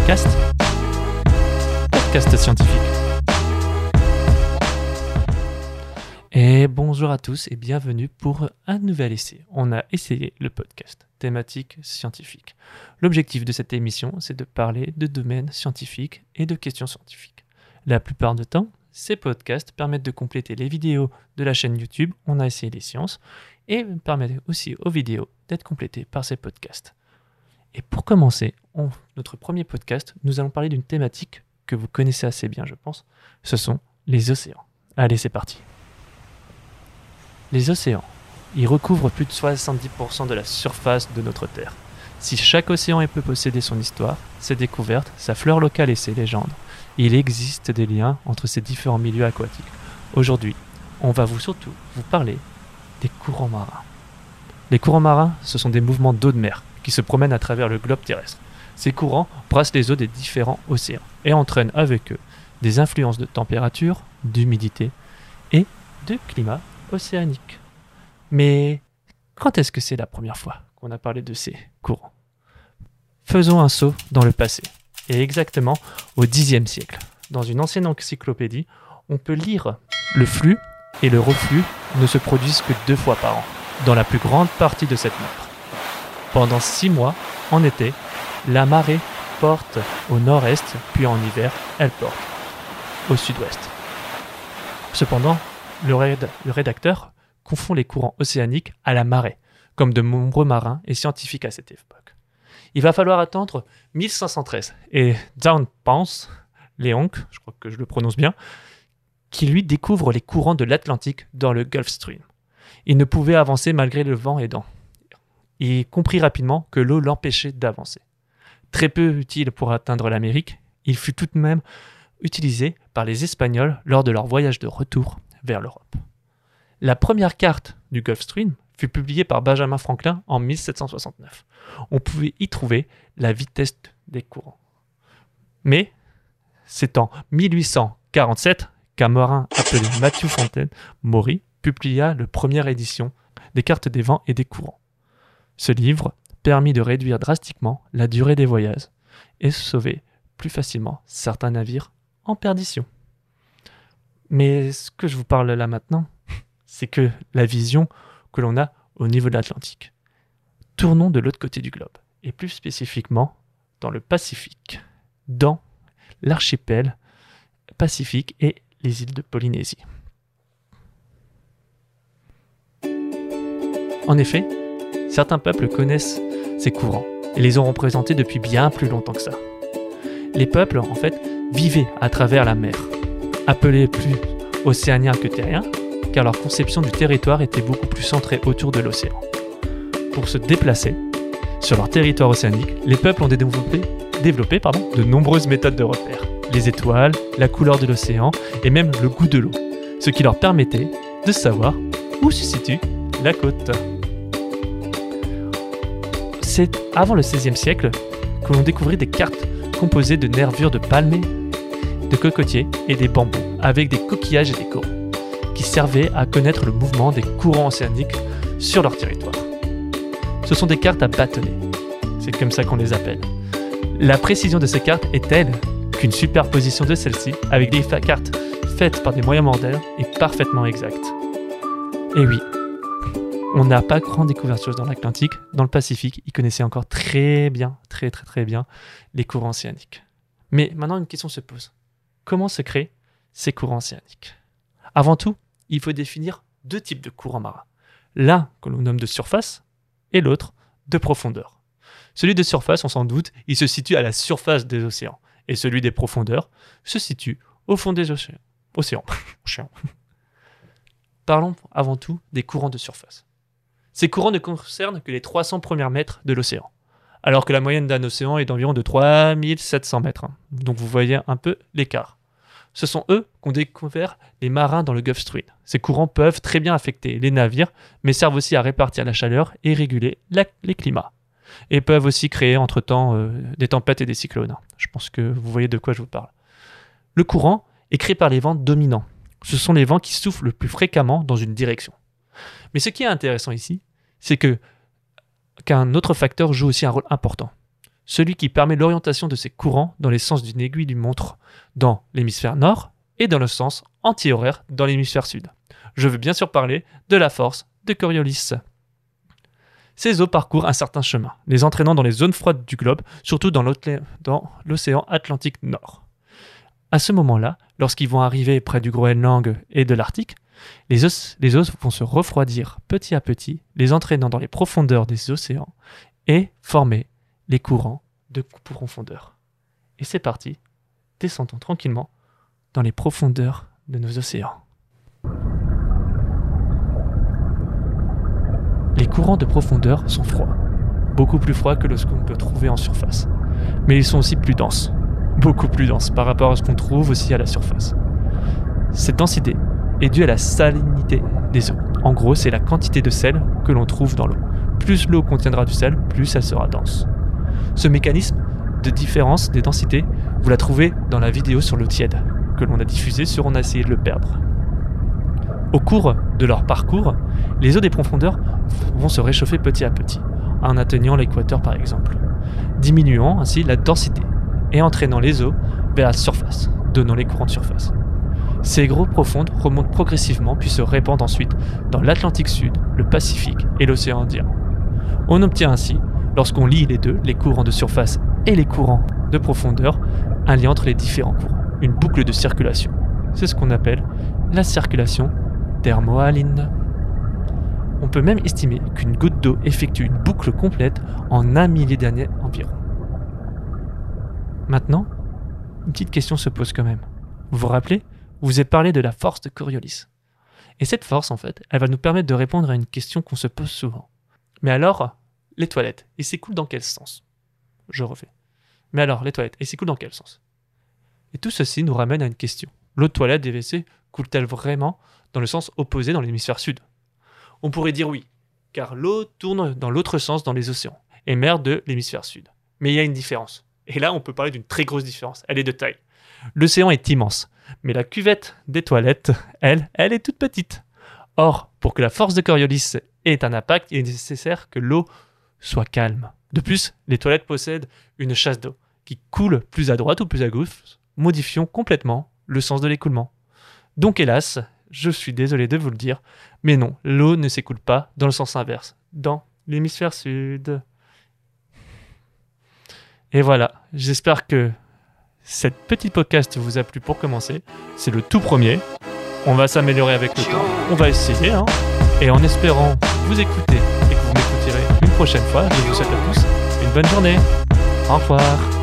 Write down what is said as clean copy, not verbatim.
podcast scientifique. Et bonjour à tous et bienvenue pour un nouvel essai. On a essayé le podcast thématique scientifique. L'objectif de cette émission, c'est de parler de domaines scientifiques et de questions scientifiques. La plupart du temps, ces podcasts permettent de compléter les vidéos de la chaîne YouTube On a essayé les sciences et permettent aussi aux vidéos d'être complétées par ces podcasts. Et pour commencer, notre premier podcast, nous allons parler d'une thématique que vous connaissez assez bien, je pense. Ce sont les océans. Allez, c'est parti. Les océans, ils recouvrent plus de 70% de la surface de notre Terre. Si chaque océan peut posséder son histoire, ses découvertes, sa flore locale et ses légendes, il existe des liens entre ces différents milieux aquatiques. Aujourd'hui, on va surtout vous parler des courants marins. Les courants marins, ce sont des mouvements d'eau de mer qui se promènent à travers le globe terrestre. Ces courants brassent les eaux des différents océans et entraînent avec eux des influences de température, d'humidité et de climat océanique. Mais quand est-ce que c'est la première fois qu'on a parlé de ces courants ? Faisons un saut dans le passé, et exactement au Xe siècle. Dans une ancienne encyclopédie, on peut lire « Le flux et le reflux ne se produisent que 2 fois par an, dans la plus grande partie de cette mer. Pendant 6 mois, en été, la marée porte au nord-est, puis en hiver, elle porte au sud-ouest. » Cependant, le rédacteur confond les courants océaniques à la marée, comme de nombreux marins et scientifiques à cette époque. Il va falloir attendre 1513 et John Ponce, Léonc, je crois que je le prononce bien, qui lui découvre les courants de l'Atlantique dans le Gulf Stream. Il ne pouvait avancer malgré le vent aidant. Il comprit rapidement que l'eau l'empêchait d'avancer. Très peu utile pour atteindre l'Amérique, il fut tout de même utilisé par les Espagnols lors de leur voyage de retour vers l'Europe. La première carte du Gulf Stream fut publiée par Benjamin Franklin en 1769. On pouvait y trouver la vitesse des courants. Mais c'est en 1847 qu'un marin appelé Matthew Fontaine Maury publia la première édition des cartes des vents et des courants. Ce livre permit de réduire drastiquement la durée des voyages et sauver plus facilement certains navires en perdition. Mais ce que je vous parle là maintenant, c'est que la vision que l'on a au niveau de l'Atlantique. Tournons de l'autre côté du globe, et plus spécifiquement dans le Pacifique, dans l'archipel Pacifique et les îles de Polynésie. En effet, certains peuples connaissent ces courants et les ont représentés depuis bien plus longtemps que ça. Les peuples, en fait, vivaient à travers la mer, appelés plus océaniens que terriens, car leur conception du territoire était beaucoup plus centrée autour de l'océan. Pour se déplacer sur leur territoire océanique, les peuples ont développé de nombreuses méthodes de repère. Les étoiles, la couleur de l'océan et même le goût de l'eau, ce qui leur permettait de savoir où se situe la côte. C'est avant le XVIe siècle que l'on découvrit des cartes composées de nervures de palmiers, de cocotiers et des bambous, avec des coquillages et des coraux, qui servaient à connaître le mouvement des courants océaniques sur leur territoire. Ce sont des cartes à bâtonnets, c'est comme ça qu'on les appelle. La précision de ces cartes est telle qu'une superposition de celles-ci, avec des cartes faites par des moyens modernes, est parfaitement exacte. Et oui, on n'a pas grande découverte chose dans l'Atlantique, dans le Pacifique, ils connaissaient encore très bien les courants océaniques. Mais maintenant, une question se pose. Comment se créent ces courants océaniques ? Avant tout, il faut définir 2 types de courants marins. L'un que l'on nomme de surface et l'autre de profondeur. Celui de surface, on s'en doute, il se situe à la surface des océans. Et celui des profondeurs se situe au fond des océans. Parlons avant tout des courants de surface. Ces courants ne concernent que les 300 premiers mètres de l'océan, alors que la moyenne d'un océan est d'environ de 3700 mètres. Donc vous voyez un peu l'écart. Ce sont eux qu'ont découvert les marins dans le Gulf Stream. Ces courants peuvent très bien affecter les navires, mais servent aussi à répartir la chaleur et réguler les climats. Et peuvent aussi créer entre-temps des tempêtes et des cyclones. Je pense que vous voyez de quoi je vous parle. Le courant est créé par les vents dominants. Ce sont les vents qui soufflent le plus fréquemment dans une direction. Mais ce qui est intéressant ici, c'est qu'un autre facteur joue aussi un rôle important. celui qui permet l'orientation de ces courants dans les sens d'une aiguille d'une montre dans l'hémisphère nord et dans le sens anti-horaire dans l'hémisphère sud. Je veux bien sûr parler de la force de Coriolis. Ces eaux parcourent un certain chemin, les entraînant dans les zones froides du globe, surtout dans l'océan Atlantique Nord. À ce moment-là, lorsqu'ils vont arriver près du Groenland et de l'Arctique, les eaux vont se refroidir petit à petit, les entraînant dans les profondeurs des océans et former les courants de profondeur. Et c'est parti, descendons tranquillement dans les profondeurs de nos océans. Les courants de profondeur sont froids, beaucoup plus froids que ce qu'on peut trouver en surface. Mais ils sont aussi plus denses, beaucoup plus denses par rapport à ce qu'on trouve aussi à la surface. Cette densité est due à la salinité des eaux. En gros, c'est la quantité de sel que l'on trouve dans l'eau. Plus l'eau contiendra du sel, plus elle sera dense. Ce mécanisme de différence des densités, vous la trouvez dans la vidéo sur l'eau tiède, que l'on a diffusée sur On a essayé de le perdre. Au cours de leur parcours, les eaux des profondeurs vont se réchauffer petit à petit, en atteignant l'équateur par exemple, diminuant ainsi la densité et entraînant les eaux vers la surface, donnant les courants de surface. Ces eaux profondes remontent progressivement puis se répandent ensuite dans l'Atlantique Sud, le Pacifique et l'océan Indien. On obtient ainsi, lorsqu'on lie les deux, les courants de surface et les courants de profondeur, un lien entre les différents courants, une boucle de circulation. C'est ce qu'on appelle la circulation thermohaline. On peut même estimer qu'une goutte d'eau effectue une boucle complète en 1 millier d'années environ. Maintenant, une petite question se pose quand même. Vous vous rappelez ? Je vous ai parlé de la force de Coriolis. Et cette force, en fait, elle va nous permettre de répondre à une question qu'on se pose souvent. Mais alors, les toilettes, elles s'écoulent dans quel sens ? Je refais. Mais alors, les toilettes, elles s'écoulent dans quel sens ? Et tout ceci nous ramène à une question. L'eau de toilette des WC coule-t-elle vraiment dans le sens opposé dans l'hémisphère sud ? On pourrait dire oui, car l'eau tourne dans l'autre sens dans les océans, émerge de l'hémisphère sud. Mais il y a une différence. Et là, on peut parler d'une très grosse différence. Elle est de taille. L'océan est immense, mais la cuvette des toilettes, elle est toute petite. Or, pour que la force de Coriolis ait un impact, il est nécessaire que l'eau soit calme. De plus, les toilettes possèdent une chasse d'eau qui coule plus à droite ou plus à gauche, modifiant complètement le sens de l'écoulement. Donc hélas, je suis désolé de vous le dire, mais non, l'eau ne s'écoule pas dans le sens inverse, dans l'hémisphère sud. Et voilà, j'espère que cette petite podcast vous a plu pour commencer. C'est le tout premier. On va s'améliorer avec le temps. On va essayer, hein. Et en espérant vous écouter et que vous m'écouterez une prochaine fois, je vous souhaite à tous une bonne journée. Au revoir.